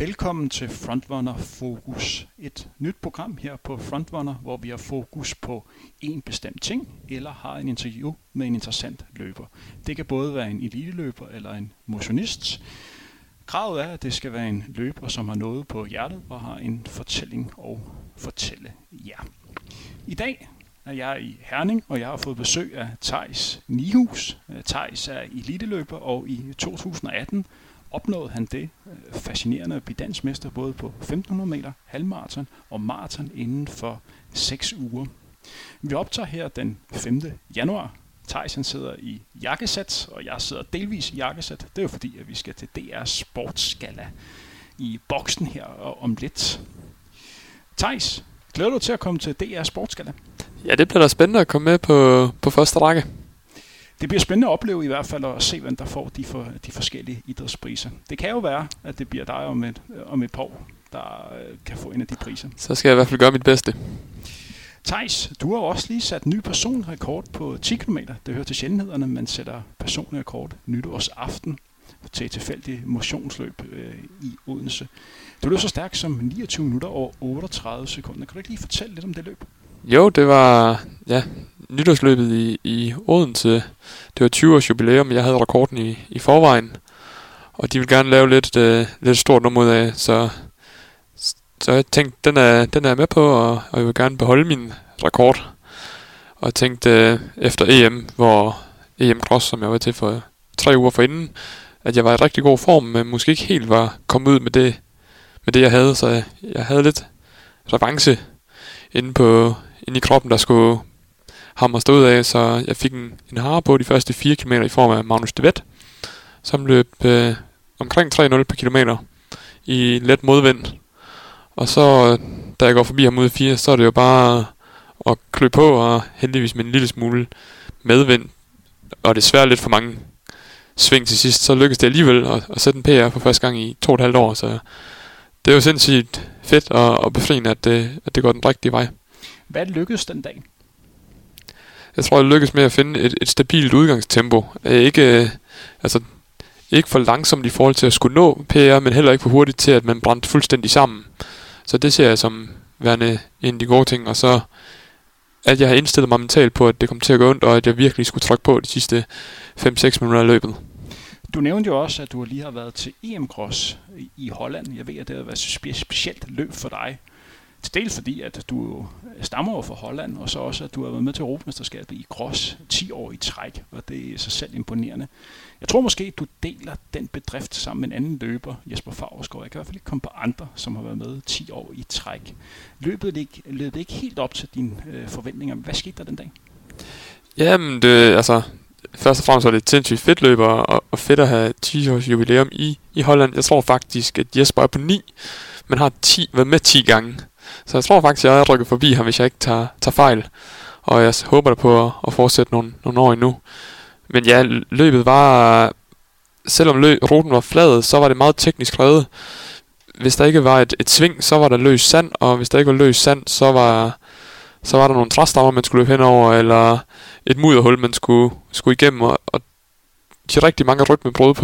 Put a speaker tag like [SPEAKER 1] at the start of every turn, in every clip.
[SPEAKER 1] Velkommen til Frontrunner Fokus, et nyt program her på Frontrunner, hvor vi har fokus på en bestemt ting, eller har en interview med en interessant løber. Det kan både være en eliteløber eller en motionist. Kravet er, at det skal være en løber, som har noget på hjertet og har en fortælling at fortælle jer. I dag er jeg i Herning, og jeg har fået besøg af Theis Nihus. Theis er eliteløber, og i 2018 opnåede han det fascinerende at blive dansk mester både på 1500 meter, halvmaraton og maraton inden for 6 uger. Vi optager her den 5. januar. Theis han sidder i jakkesæt, og jeg sidder delvis i jakkesæt. Det er jo fordi, at vi skal til DR Sportsgala i boksen her om lidt. Theis, glæder du til at komme til DR Sportsgala?
[SPEAKER 2] Ja, det bliver da spændende at komme med på første række.
[SPEAKER 1] Det bliver spændende at opleve i hvert fald at se, hvem der får de forskellige idrætspriser. Det kan jo være, at det bliver dig om et par år, der kan få en af de priser.
[SPEAKER 2] Så skal jeg i hvert fald gøre mit bedste.
[SPEAKER 1] Theis, du har også lige sat ny personrekord på 10 km. Det hører til sjældenhederne, man sætter personlig rekord nytårsaften til et tilfældigt motionsløb i Odense. Du løb så stærkt som 29 minutter og 38 sekunder. Kan du ikke lige fortælle lidt om det løb?
[SPEAKER 2] Jo, det var nytårsløbet i Odense. Det var 20 års jubilæum, jeg havde rekorden i forvejen. Og de ville gerne lave lidt stort nummer ud af, så jeg tænkte, den er jeg med på, og jeg vil gerne beholde min rekord. Og jeg tænkte efter EM, hvor EM Cross, som jeg var til for 3 uger forinden, at jeg var i rigtig god form, men måske ikke helt var kommet ud med det jeg havde, så jeg havde lidt revanche inde i kroppen, der skulle hamre stå ud af, så jeg fik en hare på de første 4 km i form af Magnus de Wet, som løb omkring 3,0 per kilometer i let modvind. Og så, da jeg går forbi ham ude i 4, så er det jo bare at klø på, og heldigvis med en lille smule medvind, og desværre lidt for mange sving til sidst, så lykkedes det alligevel at sætte en PR for første gang i 2,5 år, så det er jo sindssygt fedt og befriende, at det går den rigtige vej.
[SPEAKER 1] Hvad lykkedes den dag?
[SPEAKER 2] Jeg tror, jeg lykkedes med at finde et stabilt udgangstempo. Ikke for langsomt i forhold til at skulle nå PR, men heller ikke for hurtigt til, at man brændte fuldstændig sammen. Så det ser jeg som værende en af de gode ting. Og så, at jeg har indstillet mig mentalt på, at det kom til at gå ondt, og at jeg virkelig skulle trykke på de sidste 5-6 minutter af løbet.
[SPEAKER 1] Du nævnte jo også, at du lige har været til EM Cross i Holland. Jeg ved, at det har været et specielt løb for dig. Til dels fordi, at du stammer over fra Holland, og så også, at du har været med til Europamesterskabet i cross 10 år i træk, og det er i sig selv imponerende. Jeg tror måske, du deler den bedrift sammen med en anden løber, Jesper Favreskov. Jeg kan i hvert fald ikke komme på andre, som har været med 10 år i træk. Løbet ikke helt op til dine forventninger. Hvad skete der den dag?
[SPEAKER 2] Jamen, først og fremmest var det et sindssygt fedt løb, og fedt at have 10 års jubilæum i Holland. Jeg tror faktisk, at Jesper er på 9, men har været med 10 gange. Så jeg tror faktisk, at jeg er rykket forbi ham, hvis jeg ikke tager fejl. Og jeg håber da på at fortsætte nogle år endnu. Men ja, løbet var... Selvom ruten var flad, så var det meget teknisk reddet. Hvis der ikke var et sving, så var der løs sand. Og hvis der ikke var løs sand, så var der nogle træstammer, man skulle løbe henover. Eller et mudderhul, man skulle igennem. Og de rigtig mange rytmebrud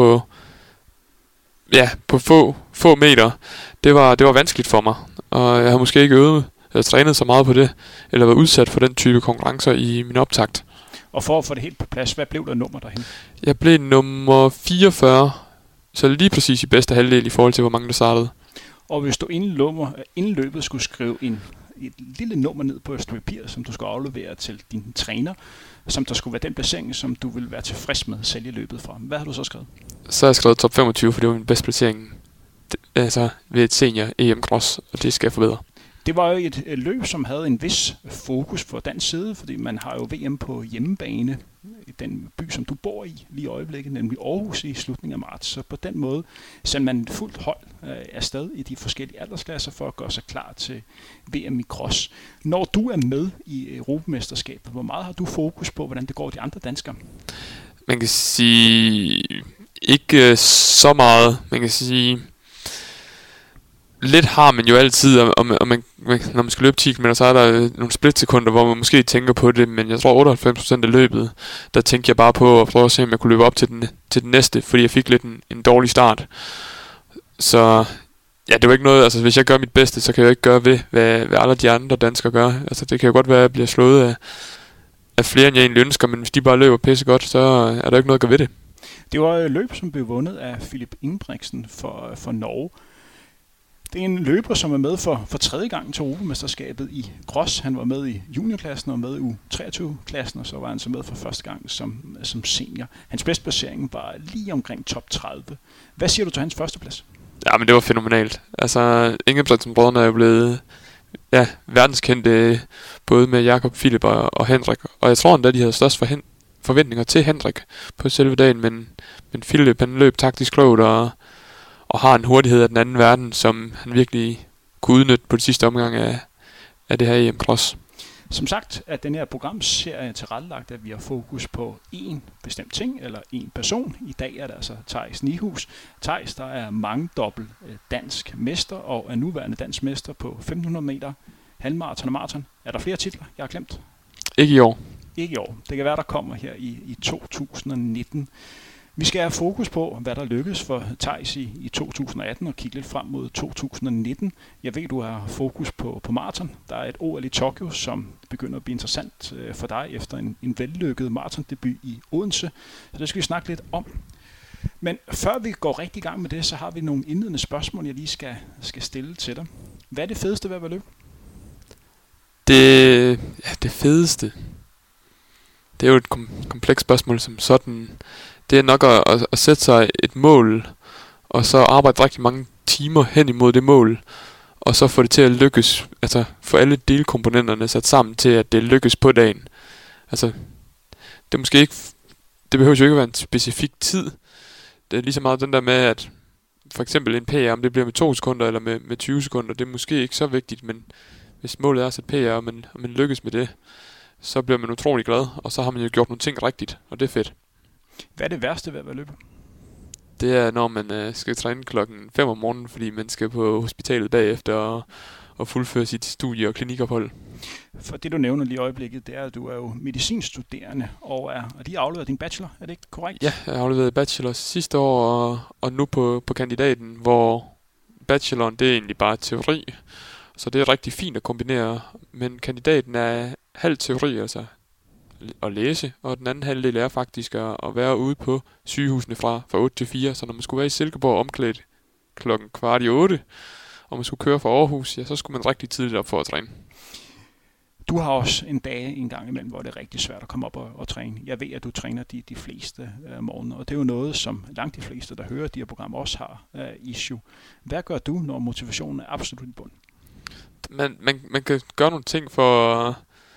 [SPEAKER 2] på få meter. Det var vanskeligt for mig. Og jeg har måske ikke trænet så meget på det, eller været udsat for den type konkurrencer i min optakt.
[SPEAKER 1] Og for at få det helt på plads, hvad blev der nummer derhen?
[SPEAKER 2] Jeg blev nummer 44, så lige præcis i bedste halvdel i forhold til, hvor mange der startede.
[SPEAKER 1] Og hvis du inden løbet skulle skrive et lille nummer ned på et stykke papir, som du skulle aflevere til din træner, som der skulle være den placering, som du ville være tilfreds med at sælge løbet fra. Hvad har du så skrevet?
[SPEAKER 2] Så har jeg skrevet top 25, for det var min bedste placering ved et senior EM Cross, og det skal jeg forbedre.
[SPEAKER 1] Det var jo et løb, som havde en vis fokus for dansk side, fordi man har jo VM på hjemmebane i den by, som du bor i lige i øjeblikket, nemlig Aarhus i slutningen af marts. Så på den måde sender man et fuldt hold afsted i de forskellige aldersklasser for at gøre sig klar til VM i cross. Når du er med i Europamesterskabet, hvor meget har du fokus på, hvordan det går de andre danskere?
[SPEAKER 2] Man kan sige ikke så meget. Man kan sige lidt har man jo altid, og når man skal løbe 10 km, så er der nogle splitsekunder, hvor man måske tænker på det, men jeg tror 98% af løbet, der tænkte jeg bare på at prøve at se, om jeg kunne løbe op til den næste, fordi jeg fik lidt en dårlig start. Så Ja, det er jo ikke noget, altså hvis jeg gør mit bedste, så kan jeg jo ikke gøre ved, hvad alle de andre danskere gør. Altså det kan jo godt være, at jeg bliver slået af flere, end jeg egentlig ønsker, men hvis de bare løber pisse godt, så er der ikke noget at gøre ved det.
[SPEAKER 1] Det var løb, som blev vundet af Philip Ingebrigtsen for Norge. Det er en løber, som er med for tredje gang til Europamesterskabet i cross. Han var med i juniorklassen og med i U23-klassen, og så var han så med for første gang som senior. Hans bedste placering var lige omkring top 30. Hvad siger du til hans førsteplads?
[SPEAKER 2] Ja, men det var fænomenalt. Altså, Ingebrigtsen-brødrene er jo blevet verdenskendte, både med Jakob, Philip og Henrik. Og jeg tror endda, de havde størst forventninger til Henrik på selve dagen, men Philip han løb taktisk klogt og har en hurtighed af den anden verden, som han virkelig kunne udnytte på det sidste omgang af det her EM-cross.
[SPEAKER 1] Som sagt er den her programserie tilrettelagt, at vi har fokus på én bestemt ting eller én person. I dag er det altså Theis Nihus. Theis, der er mangedobbelt dansk mester og er nuværende dansk mester på 1500 meter, halvmaraton og maraton. Er der flere titler, jeg har glemt?
[SPEAKER 2] Ikke i år.
[SPEAKER 1] Ikke i år. Det kan være, der kommer her i 2019. Vi skal have fokus på, hvad der lykkedes for Theis i 2018 og kigge lidt frem mod 2019. Jeg ved, du har fokus på maraton. Der er et OL i Tokyo, som begynder at blive interessant for dig efter en vellykket maratondebut i Odense. Så det skal vi snakke lidt om. Men før vi går rigtig i gang med det, så har vi nogle indledende spørgsmål, jeg lige skal stille til dig. Hvad er det fedeste ved at være løb?
[SPEAKER 2] Det fedeste. Det er jo et komplekst spørgsmål som sådan. Det er nok at sætte sig et mål, og så arbejde rigtig mange timer hen imod det mål, og så få det til at lykkes, altså få alle delkomponenterne sat sammen til, at det lykkes på dagen. Altså, det er måske ikke, det behøver jo ikke at være en specifik tid. Det er lige så meget den der med, at for eksempel en PR, om det bliver med 2 sekunder eller med 20 sekunder, det er måske ikke så vigtigt, men hvis målet er at sætte PR, og man lykkes med det, så bliver man utrolig glad, og så har man jo gjort nogle ting rigtigt, og det er fedt.
[SPEAKER 1] Hvad er det værste ved at være løber?
[SPEAKER 2] Det er, når man skal træne klokken 5 om morgenen, fordi man skal på hospitalet bagefter og fuldføre sit studie- og klinikophold.
[SPEAKER 1] For det, du nævner lige i øjeblikket, det er, at du er jo medicinstuderende og de afleveret din bachelor. Er det ikke korrekt?
[SPEAKER 2] Ja, jeg har afleveret bachelor sidste år, og nu på kandidaten, hvor bacheloren, det er egentlig bare teori. Så det er rigtig fint at kombinere, men kandidaten er halv teori, altså at læse, og den anden halvdel er faktisk at være ude på sygehusene fra 8 til 4, så når man skulle være i Silkeborg omklædt klokken 7:15, og man skulle køre fra Aarhus, ja, så skulle man rigtig tidligt op for at træne.
[SPEAKER 1] Du har også en gang imellem, hvor det er rigtig svært at komme op og træne. Jeg ved, at du træner de fleste morgener, og det er jo noget, som langt de fleste, der hører de her programmer, også har issue. Hvad gør du, når motivationen er absolut i bund?
[SPEAKER 2] Man kan gøre nogle ting for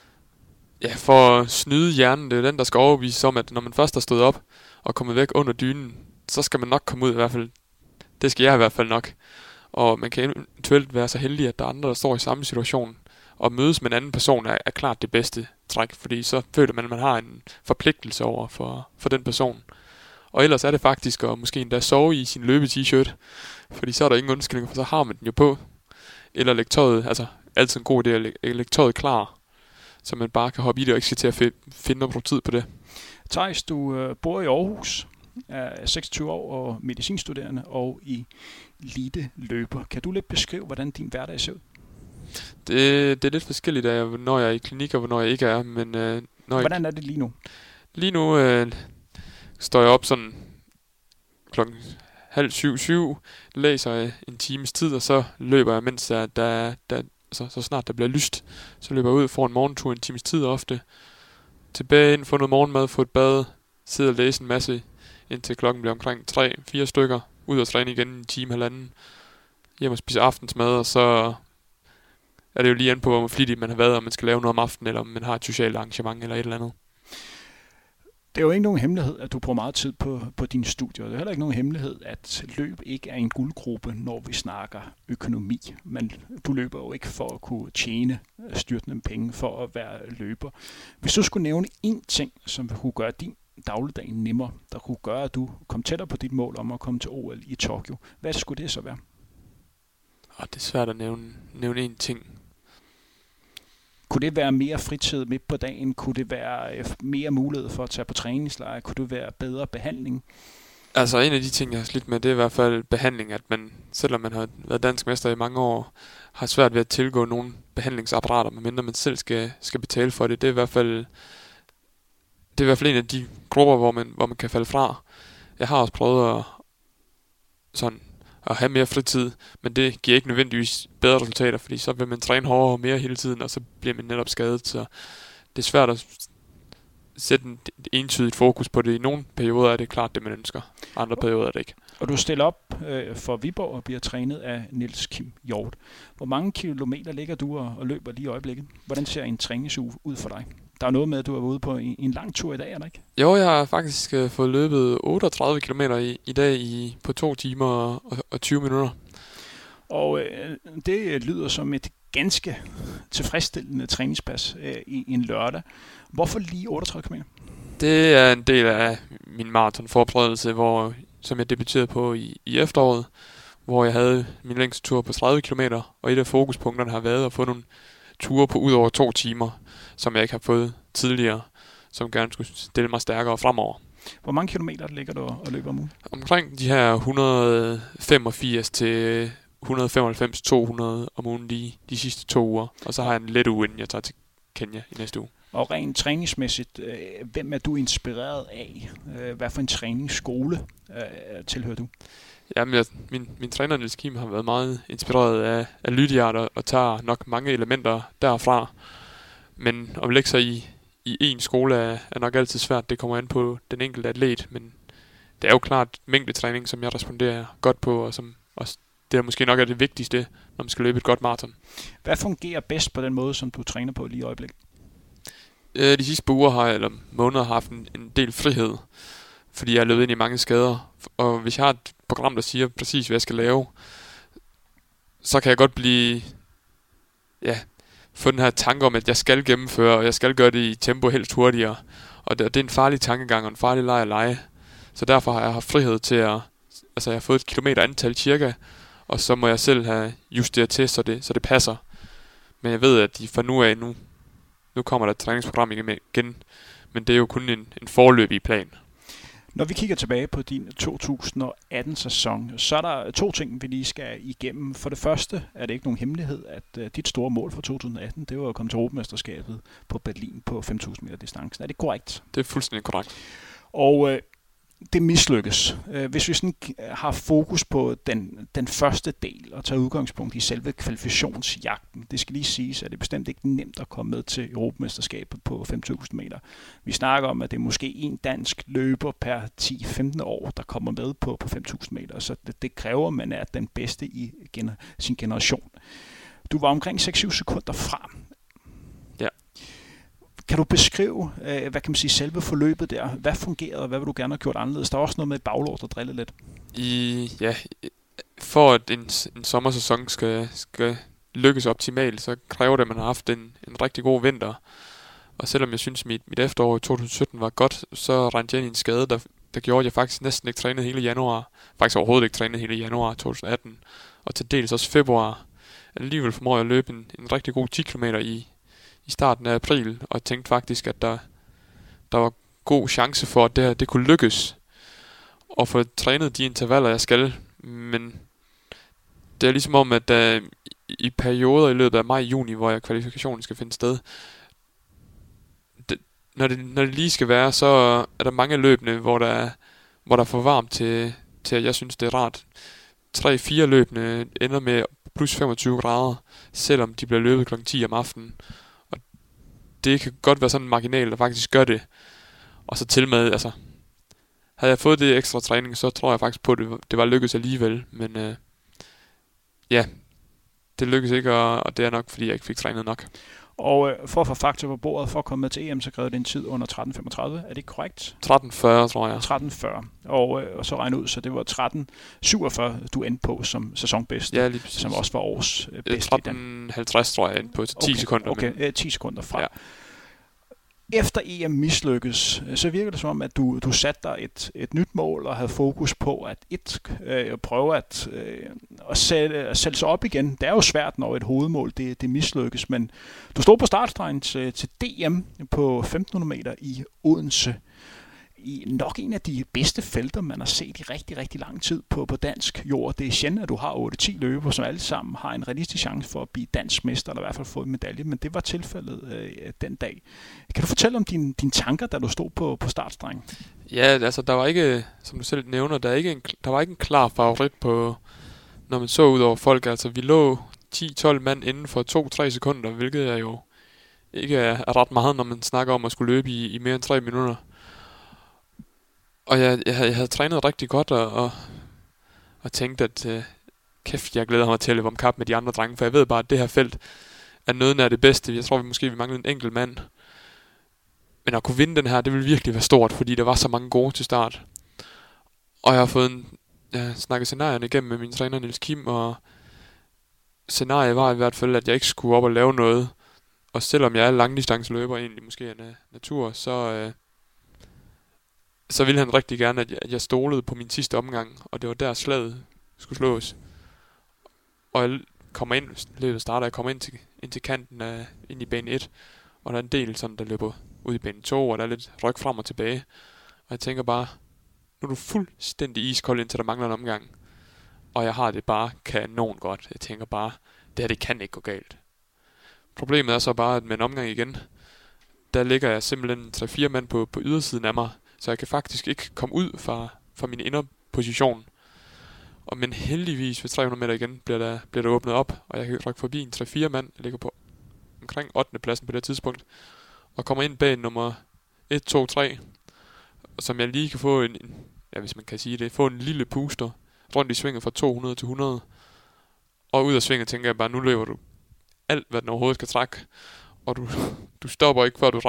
[SPEAKER 2] at snyde hjernen. Det er den, der skal overbevise om, at når man først har stået op og kommet væk under dynen, så skal man nok komme ud i hvert fald. Det skal jeg i hvert fald nok. Og man kan eventuelt være så heldig, at der er andre, der står i samme situation. Og mødes med en anden person er klart det bedste træk, fordi så føler man, at man har en forpligtelse over for den person. Og ellers er det faktisk at måske endda sove i sin løbe-t-shirt, fordi så er der ingen undskyldning, for så har man den jo på. Eller lægge tøjet, altså altid en god idé at lægge tøjet klar, så man bare kan hoppe i det og ikke skal til at finde og bruge tid på det.
[SPEAKER 1] Theis, du bor i Aarhus, er 26 år og medicinstuderende og i elite-løber. Kan du lidt beskrive, hvordan din hverdag ser ud?
[SPEAKER 2] Det er lidt forskelligt, når jeg er i klinik og hvornår jeg ikke er. Men,
[SPEAKER 1] hvordan er det lige nu?
[SPEAKER 2] Lige nu står jeg op sådan klokken 6:30, læser jeg en times tid, og så løber jeg, mens så snart der bliver lyst, så løber jeg ud for en morgentur en times tid ofte. Tilbage ind, få noget morgenmad, få et bad, sidde og læse en masse, indtil klokken bliver omkring 3-4 stykker. Ud og træne igen en time, halvanden. Hjem og spise aftensmad, og så er det jo lige an på, hvor flittig man har været, om man skal lave noget om aftenen, eller om man har et socialt arrangement eller et eller andet.
[SPEAKER 1] Det er jo ikke nogen hemmelighed, at du bruger meget tid på dine studier. Det er heller ikke nogen hemmelighed, at løb ikke er en guldgruppe, når vi snakker økonomi. Men du løber jo ikke for at kunne tjene styrtende penge for at være løber. Hvis du skulle nævne én ting, som kunne gøre din dagligdag nemmere, der kunne gøre, at du kom tættere på dit mål om at komme til OL i Tokyo, hvad skulle det så være?
[SPEAKER 2] Det er svært at nævne én ting.
[SPEAKER 1] Kunne det være mere fritid midt på dagen? Kunne det være mere mulighed for at tage på træningslejre? Kunne det være bedre behandling?
[SPEAKER 2] Altså en af de ting, jeg har slidt med, det er i hvert fald behandling, at man, selvom man har været dansk mester i mange år, har svært ved at tilgå nogle behandlingsapparater, medmindre man selv skal betale for det. Det er i hvert fald en af de grupper, hvor man kan falde fra. Jeg har også prøvet at have mere fritid, men det giver ikke nødvendigvis bedre resultater, fordi så vil man træne hårdere og mere hele tiden, og så bliver man netop skadet. Så det er svært at sætte et entydigt fokus på det. I nogle perioder er det klart det, man ønsker. Andre perioder er det ikke. Og
[SPEAKER 1] du stiller op for Viborg og bliver trænet af Niels Kim Hjort. Hvor mange kilometer ligger du og løber lige i øjeblikket? Hvordan ser en træningsuge ud for dig? Der er noget med, at du er ude på en lang tur i dag, er der ikke?
[SPEAKER 2] Jo, jeg har faktisk fået løbet 38 km i dag på 2 timer og 20 minutter.
[SPEAKER 1] Og det lyder som et ganske tilfredsstillende træningspas i en lørdag. Hvorfor lige 38 km?
[SPEAKER 2] Det er en del af min maratonforberedelse, som jeg debuterede på i efteråret, hvor jeg havde min længste tur på 30 km, og et af fokuspunkterne har været at få nogle ture på ud over 2 timer, som jeg ikke har fået tidligere, som gerne skulle stille mig stærkere fremover.
[SPEAKER 1] Hvor mange kilometer ligger du og løber om ugen?
[SPEAKER 2] Omkring de her 185 til 195-200 om ugen de sidste 2 uger. Og så har jeg en let uge, inden jeg tager til Kenya i næste uge.
[SPEAKER 1] Og rent træningsmæssigt, hvem er du inspireret af? Hvad for en træningsskole tilhører du?
[SPEAKER 2] Jamen, min træner Niels Kim har været meget inspireret af Lydiard og tager nok mange elementer derfra. Men at lægge sig i en skole er nok altid svært. Det kommer an på den enkelte atlet, men det er jo klart mængdetræning, som jeg responderer godt på, og som også det er måske nok det vigtigste, når man skal løbe et godt maraton.
[SPEAKER 1] Hvad fungerer bedst på den måde, som du træner på lige i øjeblikket?
[SPEAKER 2] De sidste par uger eller måneder har haft en del frihed, fordi jeg har løbet ind i mange skader. Og hvis jeg har et program, der siger præcis, hvad jeg skal lave, så kan jeg godt få den her tanke om, at jeg skal gennemføre, og jeg skal gøre det i tempo helst hurtigere. Og det er en farlig tankegang og en farlig leg at lege. Så derfor har jeg haft frihed til jeg har fået et kilometer antal cirka, og så må jeg selv have justeret til, så det passer. Men jeg ved, at fra nu af, nu kommer der et træningsprogram igen, men det er jo kun en foreløbig plan.
[SPEAKER 1] Når vi kigger tilbage på din 2018-sæson, så er der 2 ting, vi lige skal igennem. For det første er det ikke nogen hemmelighed, at dit store mål for 2018, det var at komme til Europamesterskabet på Berlin på 5.000 meter distancen. Er det korrekt?
[SPEAKER 2] Det er fuldstændig korrekt.
[SPEAKER 1] Og det mislykkes. Hvis vi sådan har fokus på den første del og tager udgangspunkt i selve kvalifikationsjagten, det skal lige siges, at det er bestemt ikke nemt at komme med til Europamesterskabet på 5.000 meter. Vi snakker om, at det er måske en dansk løber per 10-15 år, der kommer med på 5.000 meter, så det kræver, at man er den bedste i sin generation. Du var omkring 6-7 sekunder fra.
[SPEAKER 2] Ja.
[SPEAKER 1] Kan du beskrive, hvad kan man sige, selve forløbet der? Hvad fungerede, og hvad vil du gerne have gjort anderledes? Der er også noget med et baglår, der driller lidt.
[SPEAKER 2] For at en sommersæson skal lykkes optimalt, så kræver det, at man har haft en rigtig god vinter. Og selvom jeg synes, mit efterår i 2017 var godt, så rendte jeg ind i en skade, der gjorde, at jeg faktisk næsten ikke trænede hele januar. Faktisk overhovedet ikke trænede hele januar 2018. Og til dels også februar. Alligevel formår jeg at løbe en rigtig god 10 km i starten af april, og jeg tænkte faktisk, at der var god chance for, at det kunne lykkes at få trænet de intervaller, jeg skal. Men det er ligesom om, at i perioder i løbet af maj-juni, hvor kvalifikationen skal finde sted, når det lige skal være, så er der mange løbende, hvor der er for varmt til, at jeg synes, det er rart. 3-4 løbende ender med plus 25 grader, selvom de bliver løbet kl. 10 om aftenen. Og det kan godt være sådan en marginal, der faktisk gør det. Og så til med, altså, havde jeg fået det ekstra træning, så tror jeg faktisk på, at det var lykkedes alligevel. Men det lykkedes ikke, og det er nok, fordi jeg ikke fik trænet nok.
[SPEAKER 1] Og for at få fakta på bordet, for at komme med til EM, så krævede det en tid under 13.35. Er det ikke korrekt?
[SPEAKER 2] 13.40, tror jeg.
[SPEAKER 1] 13.40. Og så regne ud, så det var 13.47, du endte på som sæsonbedste.
[SPEAKER 2] Ja, lige præcis.
[SPEAKER 1] Som også var års bedste.
[SPEAKER 2] 13.50, tror jeg, endte på 10 sekunder.
[SPEAKER 1] Okay, 10 sekunder fra.
[SPEAKER 2] Ja.
[SPEAKER 1] Efter EM mislykkes, så virker det som om, at du satte dig et nyt mål og havde fokus på at prøve at sætte sig op igen. Det er jo svært, når et hovedmål det mislykkes, men du stod på startstregen til DM på 1.500 meter i Odense. nok en af de bedste felter, man har set i rigtig, rigtig lang tid på dansk jord. Det er sjældent, at du har 8-10 løbere, som alle sammen har en realistisk chance for at blive dansk mester, eller i hvert fald få en medalje, men det var tilfældet den dag. Kan du fortælle om dine tanker, da du stod på startstrengen?
[SPEAKER 2] Ja, altså der var ikke, som du selv nævner, der var ikke en klar favorit på, når man så ud over folk. Altså vi lå 10-12 mand inden for 2-3 sekunder, hvilket er jo ikke er ret meget, når man snakker om at skulle løbe i mere end 3 minutter. Og jeg havde trænet rigtig godt og tænkte, at kæft, jeg glæder mig til at løbe om kap med de andre drenge, for jeg ved bare, at det her felt er noget af det bedste. Jeg tror, vi manglede en enkelt mand. Men at kunne vinde den her, det ville virkelig være stort, fordi der var så mange gode til start. Og jeg har snakket scenarierne igennem med min træner Niels Kim, og scenariet var i hvert fald, at jeg ikke skulle op og lave noget. Og selvom jeg er langdistanceløber egentlig måske af natur, så ville han rigtig gerne, at jeg stolede på min sidste omgang, og det var der slaget skulle slås. Og jeg kommer ind, løbet starter, jeg kommer ind til kanten ind i bane 1, og der er en del sådan, der løber ud i bane 2, og der er lidt ryg frem og tilbage. Og jeg tænker bare, nu er du fuldstændig iskold, indtil der mangler en omgang. Og jeg har det bare kanon godt. Jeg tænker bare, det kan ikke gå galt. Problemet er så bare, at med en omgang igen, der ligger jeg simpelthen 3-4 mand på ydersiden af mig, så jeg kan faktisk ikke komme ud fra min inderposition. Men heldigvis ved 300 meter igen bliver der åbnet op, og jeg kan rykke forbi en 3-4 mand. Jeg ligger på omkring 8. pladsen på det tidspunkt, og kommer ind bag nummer 1, 2, 3, som jeg lige kan få hvis man kan sige det, få en lille puster rundt i svinget fra 200 til 100. Og ud af svinget tænker jeg bare, nu løber du alt, hvad den overhovedet skal trække, og du stopper ikke, før du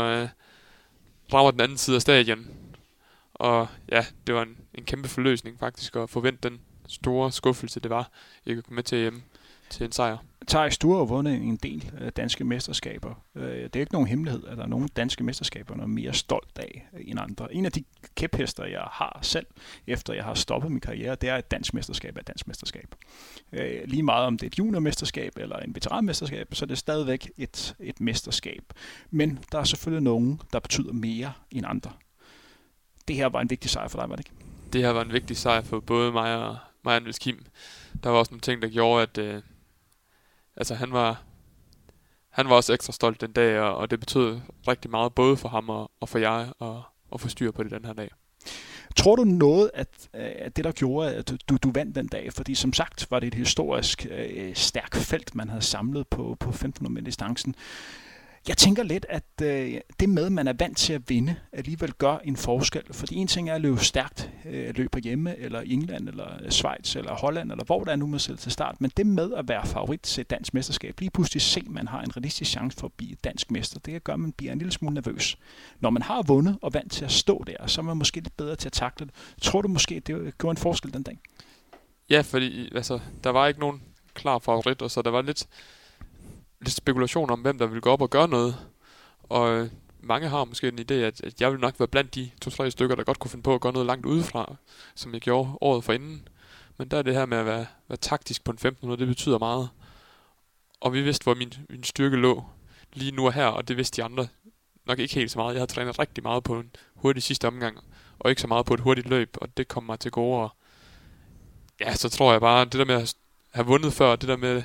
[SPEAKER 2] rammer den anden side af stadion. Og ja, det var en kæmpe forløsning faktisk at forvente den store skuffelse, det var, jeg kunne komme med til hjem til en sejr.
[SPEAKER 1] Theis, du har jo vundet en del danske mesterskaber. Det er ikke nogen hemmelighed, at der er nogle danske mesterskaber, der er mere stolt af end andre. En af de kæphester, jeg har selv, efter jeg har stoppet min karriere, det er et dansk mesterskab af et dansk mesterskab. Lige meget om det er et juniormesterskab eller en veteranmesterskab, så er det stadigvæk et mesterskab. Men der er selvfølgelig nogen, der betyder mere end andre. Det her var en vigtig sejr for dig, var det ikke?
[SPEAKER 2] Det her var en vigtig sejr for både mig og Niels Kim. Der var også nogle ting, der gjorde, at han var også ekstra stolt den dag, og det betød rigtig meget, både for ham og for jeg, at få styr på det den her dag.
[SPEAKER 1] Tror du noget, at det, der gjorde, at du vandt den dag? Fordi som sagt var det et historisk stærkt felt, man havde samlet på 1500 meter distancen. Jeg tænker lidt, at det med, at man er vant til at vinde, alligevel gør en forskel. Fordi en ting er at løbe stærkt, løbe hjemme, eller i England, eller Schweiz, eller Holland, eller hvor der er nu med selv til start. Men det med at være favorit til et dansk mesterskab, lige pludselig se, at man har en realistisk chance for at blive dansk mester, det kan gøre, at man bliver en lille smule nervøs. Når man har vundet og vant til at stå der, så er man måske lidt bedre til at takle det. Tror du måske, at det gjorde en forskel den dag?
[SPEAKER 2] Ja, fordi der var ikke nogen klar favorit, og så der var lidt spekulation om, hvem der ville gå op og gøre noget. Og mange har måske en idé, at jeg vil nok være blandt de 2-3 stykker, der godt kunne finde på at gøre noget langt udefra, som jeg gjorde året forinden. Men der er det her med at være taktisk på en 1500, det betyder meget. Og vi vidste, hvor min styrke lå lige nu og her, og det vidste de andre nok ikke helt så meget. Jeg havde trænet rigtig meget på en hurtig sidste omgang, og ikke så meget på et hurtigt løb, og det kom mig til gode. Og ja, så tror jeg bare, det der med at have vundet før, det der med...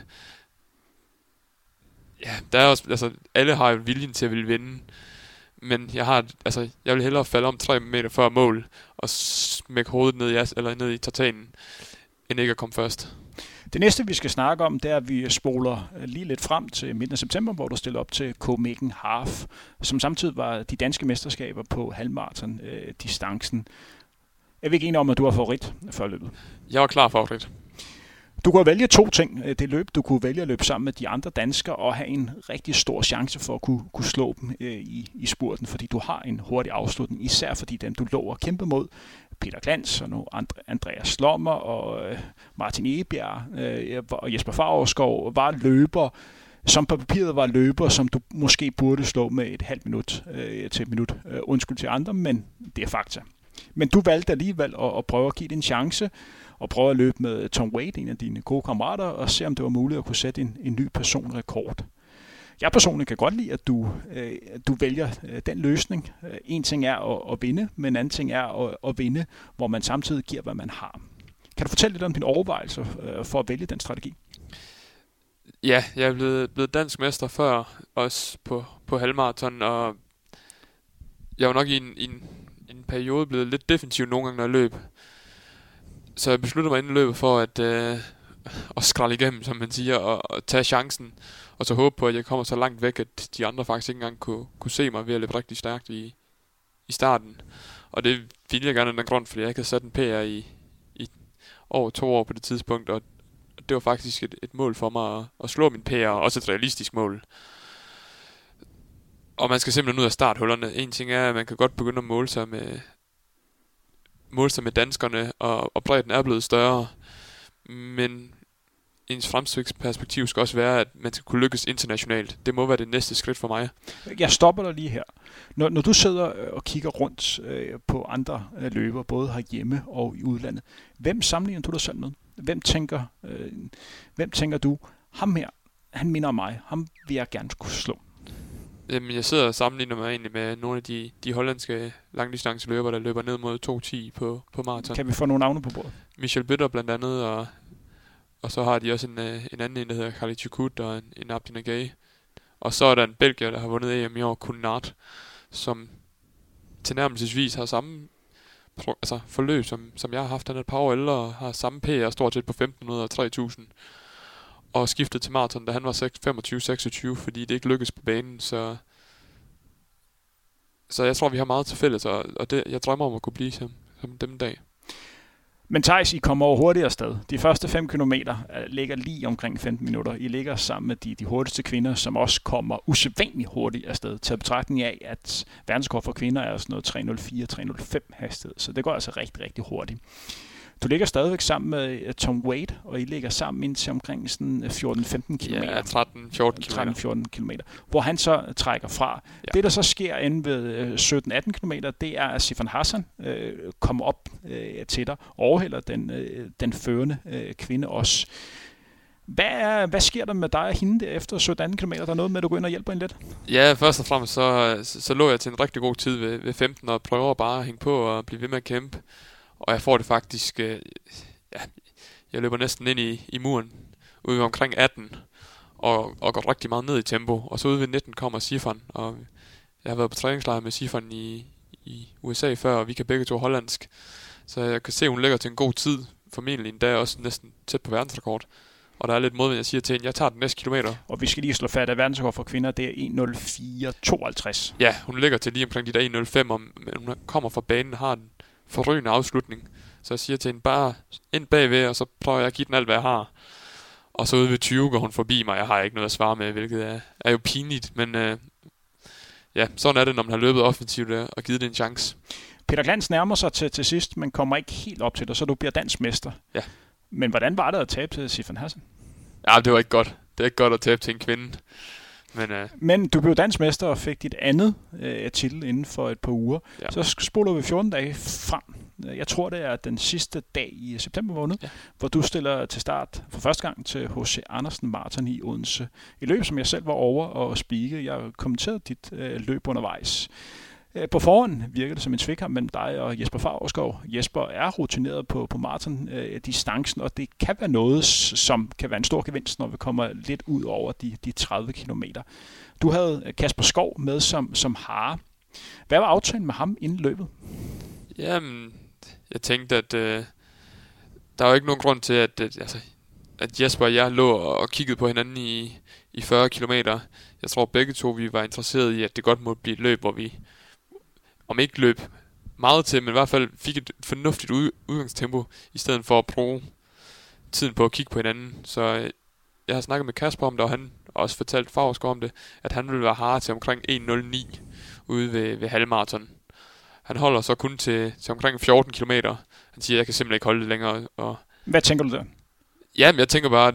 [SPEAKER 2] Ja, der er også, alle har jo viljen til at ville vinde, men jeg vil hellere falde om 3 meter før mål og smække hovedet ned i tartanen, end ikke at komme først.
[SPEAKER 1] Det næste, vi skal snakke om, det er, at vi spoler lige lidt frem til midten af september, hvor du stiller op til Copenhagen Half, som samtidig var de danske mesterskaber på halvmarathon-distancen. Jeg er ikke enig om, at du var favorit før løbet. Jeg
[SPEAKER 2] var klar favorit.
[SPEAKER 1] Du kunne vælge 2 ting. Det løb, du kunne vælge at løbe sammen med de andre danskere og have en rigtig stor chance for at kunne slå dem i spurten, fordi du har en hurtig afslutning, især fordi dem, du lå og kæmpe mod, Peter Glans og nu Andreas Slommer og Martin Egebjerg og Jesper Favrskov var løber, som på papiret var løber, som du måske burde slå med et halvt minut til et minut. Undskyld til andre, men det er fakta. Men du valgte alligevel at prøve at give det en chance, og prøve at løbe med Tom Wade, en af dine gode kammerater, og se, om det var muligt at kunne sætte en ny personrekord. Jeg personligt kan godt lide, at du vælger den løsning. En ting er at vinde, men en anden ting er at vinde, hvor man samtidig giver, hvad man har. Kan du fortælle lidt om dine overvejelser for at vælge den strategi?
[SPEAKER 2] Ja, jeg er blevet dansk mester før, også på halvmarathon, og jeg var nok i en periode blevet lidt defensiv nogle gange, når jeg løb. Så jeg besluttede mig inden løbet for at skralde igennem, som man siger, og tage chancen, og så håbe på, at jeg kommer så langt væk, at de andre faktisk ikke engang kunne se mig ved at løbe rigtig stærkt i starten. Og det ville jeg gerne af den grund, fordi jeg ikke havde sat en PR i over 2 år på det tidspunkt, og det var faktisk et mål for mig at slå min PR, og også et realistisk mål. Og man skal simpelthen ud af starthullerne. En ting er, at man kan godt begynde at måle sig med danskerne, og bredden er blevet større, men ens fremstigsperspektiv skal også være, at man skal kunne lykkes internationalt. Det må være det næste skridt for mig. Jeg
[SPEAKER 1] stopper dig lige her. Når du sidder og kigger rundt på andre løbere, både herhjemme og i udlandet, hvem sammenligner du dig selv med? Hvem tænker du, ham her, han minder mig, ham vil jeg gerne kunne slå?
[SPEAKER 2] Jamen, jeg sidder og sammenligner mig egentlig med nogle af de hollandske langdistanceløbere, der løber ned mod 2:10 på maraton.
[SPEAKER 1] Kan vi få nogle navne på bordet?
[SPEAKER 2] Michel Bitter blandt andet, og så har de også en anden, der hedder Khalid Chukut og en Abdi Nagay. Og så er der en belgier, der har vundet EM i år, Kunart, som tilnærmelsesvis har samme forløb, som jeg har haft. Han er et par år ældre og har samme PR stort set på 1.500 og 3.000. Og skiftet til maraton, da han var 25-26, fordi det ikke lykkedes på banen. Så jeg tror, vi har meget til fælles, og det, jeg drømmer om at kunne blive som dem dag.
[SPEAKER 1] Men Theis, I kommer over hurtigt afsted. De første 5 kilometer ligger lige omkring 15 minutter. I ligger sammen med de hurtigste kvinder, som også kommer usædvanligt hurtigt afsted. Til betragtning af, at verdenskort for kvinder er sådan noget 3.04-3.05 hastighed. Så det går altså rigtig, rigtig hurtigt. Du ligger stadigvæk sammen med Tom Wade, og I ligger sammen indtil omkring sådan 14-15 km.
[SPEAKER 2] Ja, 13-14
[SPEAKER 1] km. Hvor han så trækker fra. Ja. Det, der så sker inde ved 17-18 km, det er, at Sifan Hassan kommer op til dig, overhælder den førende kvinde også. Hvad sker der med dig og hende der efter 17 km? Der er noget med, at du går ind og hjælper hende lidt?
[SPEAKER 2] Ja, først og fremmest så lå jeg til en rigtig god tid ved 15 og prøver bare at hænge på og blive ved med at kæmpe. Og jeg får det faktisk, jeg løber næsten ind i muren ude ved omkring 18 og går rigtig meget ned i tempo. Og så ude ved 19 kommer Sifan, og jeg har været på træningslejr med Sifan i USA før, og vi kan begge to hollandsk. Så jeg kan se, at hun ligger til en god tid, formentlig endda også næsten tæt på verdensrekord. Og der er lidt modvind, jeg siger til hende, jeg tager den næste kilometer.
[SPEAKER 1] Og vi skal lige slå fat, at verdensrekord for kvinder, det er 1.04.52.
[SPEAKER 2] Ja, hun ligger til lige omkring de der 1.05, men hun kommer fra banen, har en forrygende afslutning. Så jeg siger til hende, bare ind bagved, og så prøver jeg at give den alt, hvad jeg har. Og så ude ved 20 går hun forbi mig. Jeg har ikke noget at svare med, hvilket er jo pinligt. Men ja, sådan er det, når man har løbet offensivt og givet det en chance.
[SPEAKER 1] Peter Glans nærmer sig til sidst, men kommer ikke helt op til dig, så du bliver dansk mester.
[SPEAKER 2] Ja.
[SPEAKER 1] Men hvordan var det at tabe til Sifan Hassan?
[SPEAKER 2] Ja, det var ikke godt. Det er ikke godt at tabe til en kvinde.
[SPEAKER 1] Men du blev dansk mester og fik dit andet titel inden for et par uger. Ja. Så spoler vi 14 dage frem. Jeg tror, det er den sidste dag i september måned, hvor du stiller til start for første gang til H.C. Andersen Marathon i Odense. Et løb, som jeg selv var over og speake. Jeg kommenterede dit løb undervejs. På forhånd virker det som en tvekamp mellem dig og Jesper Favrskov. Jesper er rutineret på maraton-distancen, og det kan være noget, som kan være en stor gevinst, når vi kommer lidt ud over de 30 kilometer. Du havde Kasper Skov med som hare. Hvad var aftalen med ham inden løbet?
[SPEAKER 2] Jamen, jeg tænkte, at der var ikke nogen grund til, at Jesper og jeg lå og kiggede på hinanden i 40 kilometer. Jeg tror begge to, vi var interesserede i, at det godt måtte blive et løb, hvor vi om ikke løb meget til, men i hvert fald fik et fornuftigt udgangstempo, i stedet for at bruge tiden på at kigge på hinanden. Så jeg har snakket med Kasper om det, og han har også fortalt Favrskov om det, at han ville være hare til omkring 1.09 ude ved halvmarathon. Han holder så kun til omkring 14 kilometer. Han siger, at jeg kan simpelthen ikke holde det længere. Og
[SPEAKER 1] hvad tænker du der?
[SPEAKER 2] Jamen, jeg tænker bare,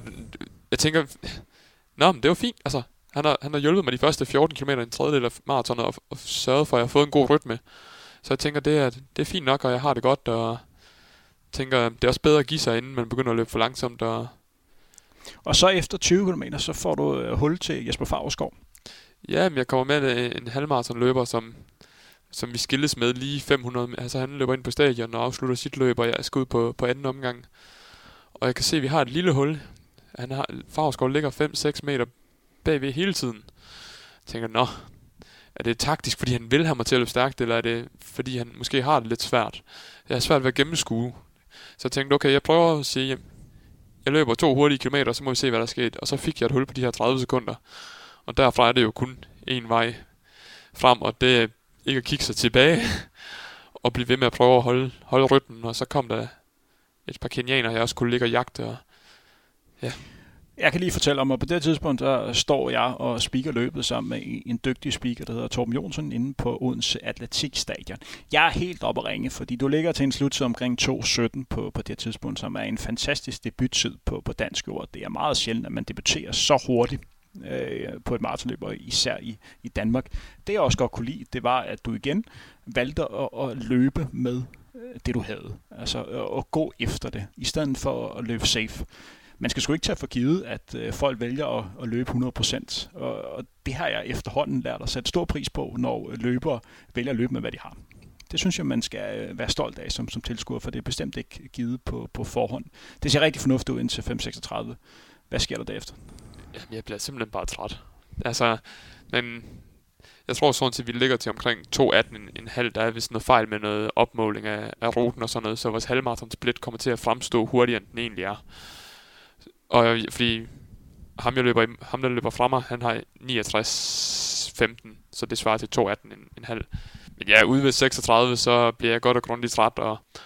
[SPEAKER 2] men det var fint. Altså, han har hjulpet mig de første 14 km i en tredjedel af maratonet og sørget for, at jeg har fået en god rytme. Så jeg tænker, det er fint nok, og jeg har det godt, og tænker, det er også bedre at give sig, inden man begynder at løbe for langsomt. Og
[SPEAKER 1] så efter 20 km, så får du hul til Jesper Favrskov.
[SPEAKER 2] Ja, men jeg kommer med en halvmaratonløber, som vi skilles med lige 500. Altså han løber ind på stadion og afslutter sit løb, og jeg skal ud på anden omgang. Og jeg kan se, at vi har et lille hul. Favrskov ligger 5-6 meter bagved hele tiden. Jeg tænker, er det taktisk, fordi han vil have mig til at løbe stærkt, eller er det, fordi han måske har det lidt svært? Jeg har svært ved at gennemskue. Så jeg tænkte, okay, jeg prøver at sige, jeg løber 2 hurtige kilometer, så må vi se, hvad der sker. Og så fik jeg et hul på de her 30 sekunder. Og derfra er det jo kun én vej frem, og det er ikke at kigge sig tilbage og blive ved med at prøve at holde rytmen. Og så kom der et par kenianer, jeg også kunne ligge og jagte. Og ja.
[SPEAKER 1] Jeg kan lige fortælle om, at på det tidspunkt, der står jeg og speaker løbet sammen med en dygtig speaker, der hedder Torben Jonsson, inde på Odense Atletikstadion. Jeg er helt oppe at ringe, fordi du ligger til en sluttid omkring 2.17 på det tidspunkt, som er en fantastisk debuttid på dansk jord. Det er meget sjældent, at man debuterer så hurtigt på et maratonløb, og især i Danmark. Det jeg også godt kunne lide, det var, at du igen valgte at løbe med det, du havde. Altså at gå efter det, i stedet for at løbe safe. Man skal sgu ikke tage for givet, at folk vælger at løbe 100%, og det har jeg efterhånden lært at sætte stor pris på, når løbere vælger at løbe med, hvad de har. Det synes jeg, man skal være stolt af som tilskuer, for det er bestemt ikke givet på forhånd. Det ser rigtig fornuftigt ud indtil 5.36. Hvad sker der derefter?
[SPEAKER 2] Jamen, jeg bliver simpelthen bare træt. Altså, men jeg tror sådan set, vi ligger til omkring 2.18,5. Der er vist noget fejl med noget opmåling af ruten og sådan noget, så vores halvmarathon split kommer til at fremstå hurtigere, end den egentlig er. Og fordi ham, der løber fra mig, han har 69,15, så det svarer til 2.18,5. Men ja, ude ved 36, så bliver jeg godt og grundigt træt,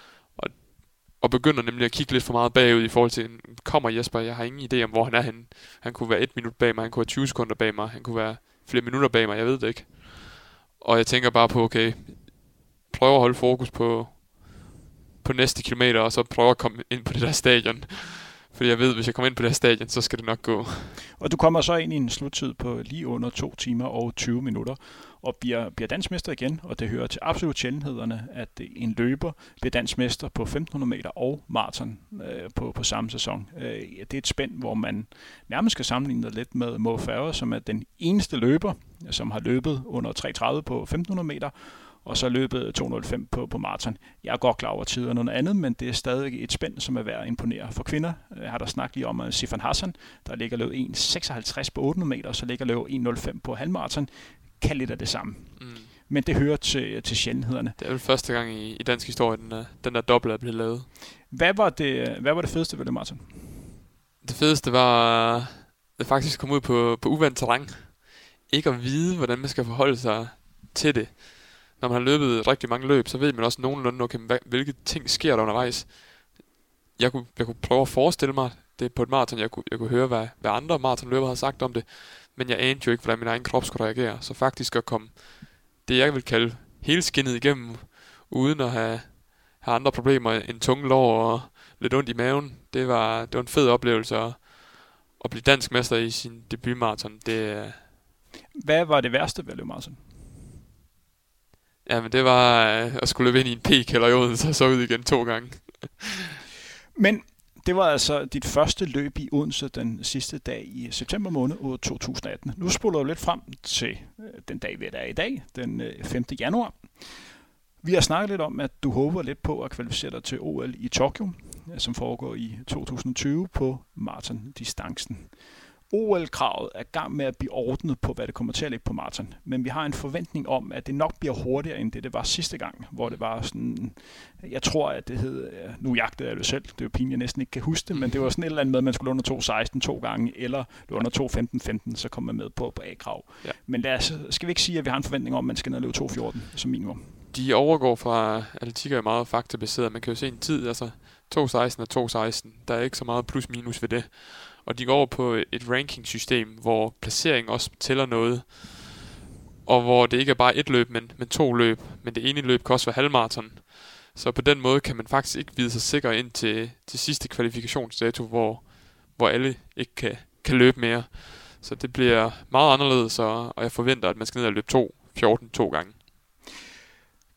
[SPEAKER 2] og begynder nemlig at kigge lidt for meget bagud i forhold til, kommer Jesper, jeg har ingen idé om, hvor han er henne. Han kunne være 1 minut bag mig, han kunne være 20 sekunder bag mig, han kunne være flere minutter bag mig, jeg ved det ikke. Og jeg tænker bare på, okay, prøv at holde fokus på næste kilometer, og så prøve at komme ind på det der stadion. Fordi jeg ved, hvis jeg kommer ind på det her stadion, så skal det nok gå. Og
[SPEAKER 1] du kommer så ind i en sluttid på lige under 2 timer og 20 minutter, og bliver dansmester igen, og det hører til absolut sjældenhederne, at en løber bliver dansmester på 1.500 meter og maraton på samme sæson. Det er et spænd, hvor man nærmest skal sammenligne det lidt med Mo Farah, som er den eneste løber, som har løbet under 3.30 på 1.500 meter, og så løbet 2.05 på maraton. Jeg er godt klar over tid og noget andet, men det er stadig et spænd, som er værd at imponere. For kvinder har der snakket lige om Sifan Hassan, der ligger løb 1.56 på 800 meter, og så ligger løb 1.05 på halvmaraton. Kan lidt af det samme. Men det hører til sjældenhederne.
[SPEAKER 2] Det er vel første gang i dansk historie, den der dobbelt er blevet lavet.
[SPEAKER 1] Hvad var det fedeste ved det maraton?
[SPEAKER 2] Det fedeste var at faktisk komme ud på uvandt terræn. Ikke at vide, hvordan man skal forholde sig til det. Når man har løbet rigtig mange løb, så ved man også nogenlunde, okay, hvilke ting sker der undervejs. Jeg kunne prøve at forestille mig det på et maraton. Jeg kunne høre, hvad andre maratonløbere havde sagt om det. Men jeg anede jo ikke, hvordan min egen krop skulle reagere. Så faktisk at komme det, jeg vil kalde hele skinnet igennem, uden at have andre problemer end tunge lår og lidt ondt i maven. Det var en fed oplevelse at blive dansk mester i sin debutmaraton.
[SPEAKER 1] Hvad var det værste ved at løbe maraton?
[SPEAKER 2] Ja, men det var at skulle løbe ind i en p-kælder i Odense og så ud igen 2 gange. Men
[SPEAKER 1] det var altså dit første løb i Odense den sidste dag i september måned år 2018. Nu spoler du lidt frem til den dag, vi er i dag, den 5. januar. Vi har snakket lidt om, at du håber lidt på at kvalificere dig til OL i Tokyo, som foregår i 2020 på maratondistancen. OL-kravet er i gang med at blive ordnet på, hvad det kommer til at ligge på maraton. Men vi har en forventning om, at det nok bliver hurtigere, end det var sidste gang, hvor det var sådan, jeg tror, at det hed, nu jagtede jeg det selv, det er jo pinligt, jeg næsten ikke kan huske det, men det var sådan et eller andet med, at man skulle under 2.16 2 gange, eller under 2.15, så kom man med på A-krav. Ja. Men skal vi ikke sige, at vi har en forventning om, at man skal ned og løbe 2.14 som minimum?
[SPEAKER 2] De overgår fra atletik er meget faktabaseret. Man kan jo se en tid, altså 2.16 og 2.16, der er ikke så meget plus minus ved det. Og de går over på et ranking-system, hvor placering også tæller noget, og hvor det ikke er bare 1 løb, men 2 løb. Men det ene løb kan også være halvmaraton. Så på den måde kan man faktisk ikke vide sig sikker ind til sidste kvalifikationsdato, hvor alle ikke kan løbe mere. Så det bliver meget anderledes, og jeg forventer, at man skal ned og løbe 2.14 2 gange.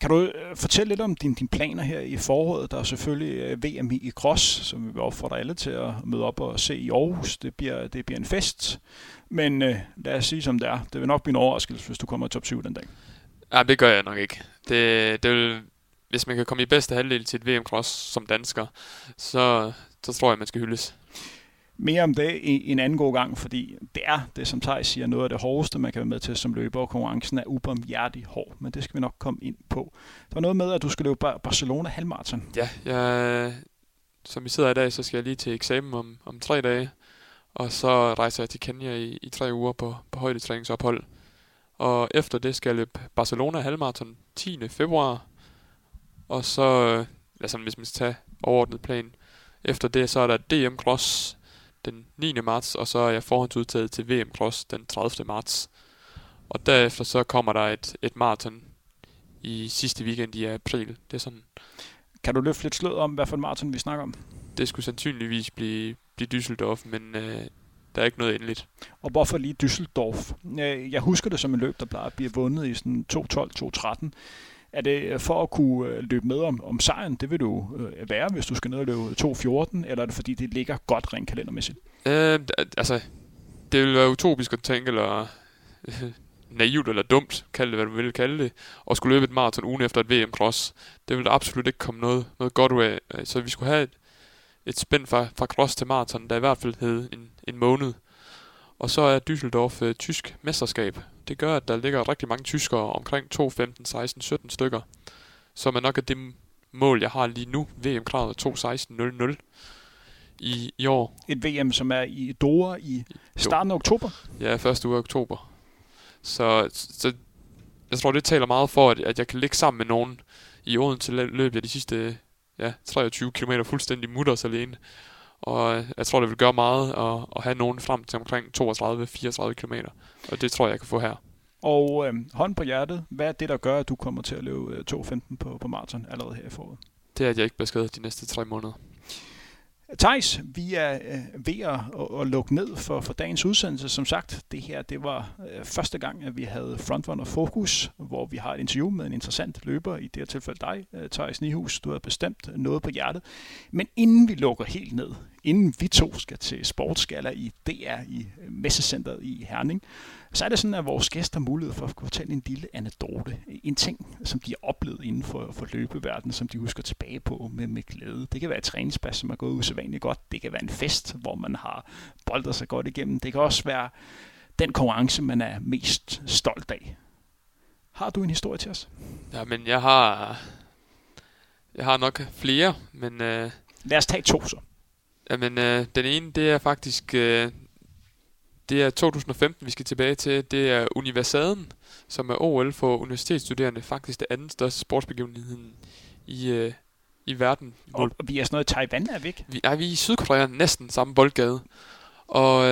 [SPEAKER 1] Kan du fortælle lidt om dine planer her i foråret? Der er selvfølgelig VM i cross, som vi vil opfordre alle til at møde op og se i Aarhus. Det bliver en fest, men lad os sige som det er. Det vil nok blive en overraskelse, hvis du kommer i top 7 den dag.
[SPEAKER 2] Ja, det gør jeg nok ikke. Det vil, hvis man kan komme i bedste halvdel til et VM cross som dansker, så tror jeg, man skal hyldes.
[SPEAKER 1] Mere om det en anden god gang, fordi det er det, som Theis siger, noget af det hårdeste, man kan være med til som løber, og konkurrencen er ubarmhjertig hård, men det skal vi nok komme ind på. Der var noget med, at du skal løbe Barcelona halvmarathon.
[SPEAKER 2] Ja, som vi sidder i dag, så skal jeg lige til eksamen om 3 dage, og så rejser jeg til Kenya i 3 uger på højdetræningsophold. Og efter det skal jeg løbe Barcelona halvmarathon 10. februar, og så, altså hvis man skal tage overordnet plan, efter det, så er der DM Cross den 9. marts, og så er jeg forhåndsudtaget til VM Cross den 30. marts. Og derefter så kommer der et maraton i sidste weekend i april. Det er sådan.
[SPEAKER 1] Kan du løfte lidt sløret om, hvad for en maraton vi snakker om?
[SPEAKER 2] Det skulle sandsynligvis blive Düsseldorf, men der er ikke noget endeligt.
[SPEAKER 1] Og hvorfor lige Düsseldorf? Jeg husker det som en løb, der plejer at blive vundet i sådan 2.12-2.13. Er det for at kunne løbe med om sejren? Det vil du være, hvis du skal ned og løbe 2.14, eller er det fordi, det ligger godt rent kalendermæssigt?
[SPEAKER 2] Altså, det vil være utopisk at tænke, eller naivt eller dumt, kald det hvad du vil kalde det, og skulle løbe et maraton ugen efter et VM-cross. Det vil der absolut ikke komme noget godt ud af. Så vi skulle have et spænd fra cross til maraton, der i hvert fald hed en måned. Og så er Düsseldorf tysk mesterskab. Det gør, at der ligger rigtig mange tyskere, omkring 2.15, 16, 17 stykker. Som er nok af det mål, jeg har lige nu. VM-kravet 2.16.00 i år.
[SPEAKER 1] Et VM, som er i Doha i starten af oktober?
[SPEAKER 2] Ja, første uge af oktober. Så jeg tror, det taler meget for, at jeg kan ligge sammen med nogen i Odense løb jeg de sidste 23 km fuldstændig mutters alene. Og jeg tror, det vil gøre meget at have nogen frem til omkring 32-34 km. Og det tror jeg kan få her.
[SPEAKER 1] Og hånd på hjertet, hvad er det, der gør, at du kommer til at løbe 2.15 på maraton allerede her i foråret?
[SPEAKER 2] Det er, at jeg ikke bliver skadet de næste 3 måneder.
[SPEAKER 1] Theis, vi er ved at lukke ned for dagens udsendelse. Som sagt, det her det var første gang, at vi havde Frontrunner Fokus, hvor vi har et interview med en interessant løber, i det her tilfælde dig, Theis Nihus. Du har bestemt noget på hjertet. Men inden vi lukker helt ned, inden vi to skal til Sportsgalla i DR i Messecenteret i Herning, så er det sådan, at vores gæster har mulighed for at fortælle en lille anekdote. En ting, som de har oplevet inden for løbeverdenen, som de husker tilbage på med glæde. Det kan være et træningspas, som er gået usædvanligt godt. Det kan være en fest, hvor man har boldet sig godt igennem. Det kan også være den konkurrence, man er mest stolt af. Har du en historie til os?
[SPEAKER 2] Ja, men jeg har nok flere, men
[SPEAKER 1] lad os tage 2 så.
[SPEAKER 2] Jamen, den ene, det er faktisk det er 2015, vi skal tilbage til. Det er Universaden, som er OL for universitetsstuderende. Faktisk det andet største sportsbegivenhed i verden.
[SPEAKER 1] Og vi er sådan noget i Taiwan, er vi ikke?
[SPEAKER 2] Vi er i Sydkorea, næsten samme boldgade. Og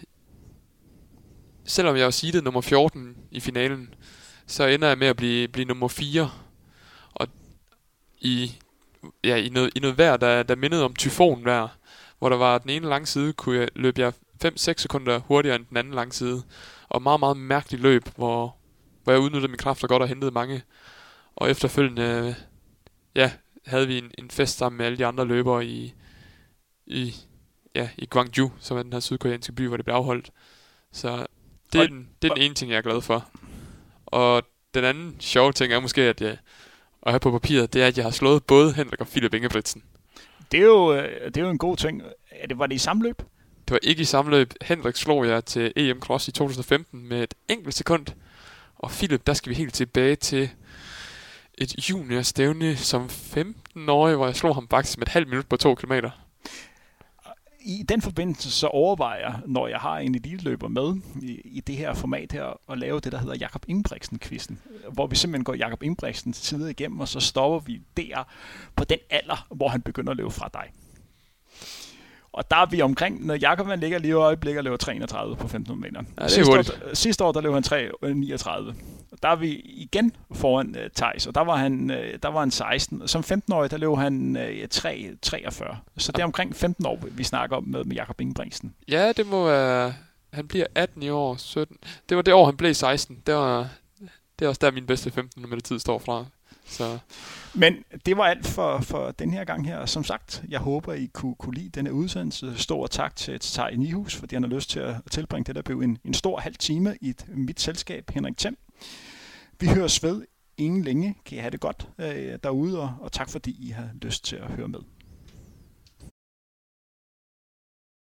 [SPEAKER 2] selvom jeg var seedet nummer 14 i finalen, så ender jeg med at blive nummer 4. Og i noget vejr, der mindede om tyfonvejr, hvor der var den ene lange side, løb jeg 5-6 sekunder hurtigere end den anden lange side. Og meget, meget mærkeligt løb, hvor jeg udnyttede mine kræfter godt og hentede mange. Og efterfølgende havde vi en fest sammen med alle de andre løbere i Gwangju, som er den her sydkoreanske by, hvor det blev afholdt. Så det er den ene ting, jeg er glad for. Og den anden sjove ting er måske, at jeg have på papiret, det er, at jeg har slået både Henrik og Philip Ingebrigtsen.
[SPEAKER 1] Det er jo en god ting. Var det i samme løb?
[SPEAKER 2] Det var ikke i samme løb. Henrik slog jeg til EM Cross i 2015 med et enkelt sekund. Og Philip, der skal vi helt tilbage til et juniorstævne som 15-årig, hvor jeg slog ham faktisk med et halvt minut på 2 kilometer.
[SPEAKER 1] I den forbindelse så overvejer jeg, når jeg har en eliteløber med i det her format her, at lave det, der hedder Jakob Ingebrigtsen-quizzen, hvor vi simpelthen går Jakob Ingebrigtsens side igennem, og så stopper vi der på den alder, hvor han begynder at løbe fra dig. Og der er vi omkring, når Jakob ligger lige i øjeblikket og løber 331 på 1500 meter.
[SPEAKER 2] Ja,
[SPEAKER 1] sidste år der løb han 339. Der er vi igen foran Theis, og der var han 16. Som 15-årig, der løb han 343. Så det er omkring 15 år, vi snakker om med Jakob Ingebrigtsen.
[SPEAKER 2] Ja, det må være... Han bliver 18 i år, 17. Det var det år, han blev 16. Det er også der, min bedste 1500 meter tid står fra. Så.
[SPEAKER 1] Men det var alt for den her gang her. Som sagt, jeg håber, I kunne lide denne udsendelse. Stor tak til Tej Nihus, fordi han har lyst til at tilbringe det, der blev en stor halv time i mit selskab, Henrik Thiem. Vi høres ved inden længe. Kan I have det godt derude, og tak fordi I har lyst til at høre med.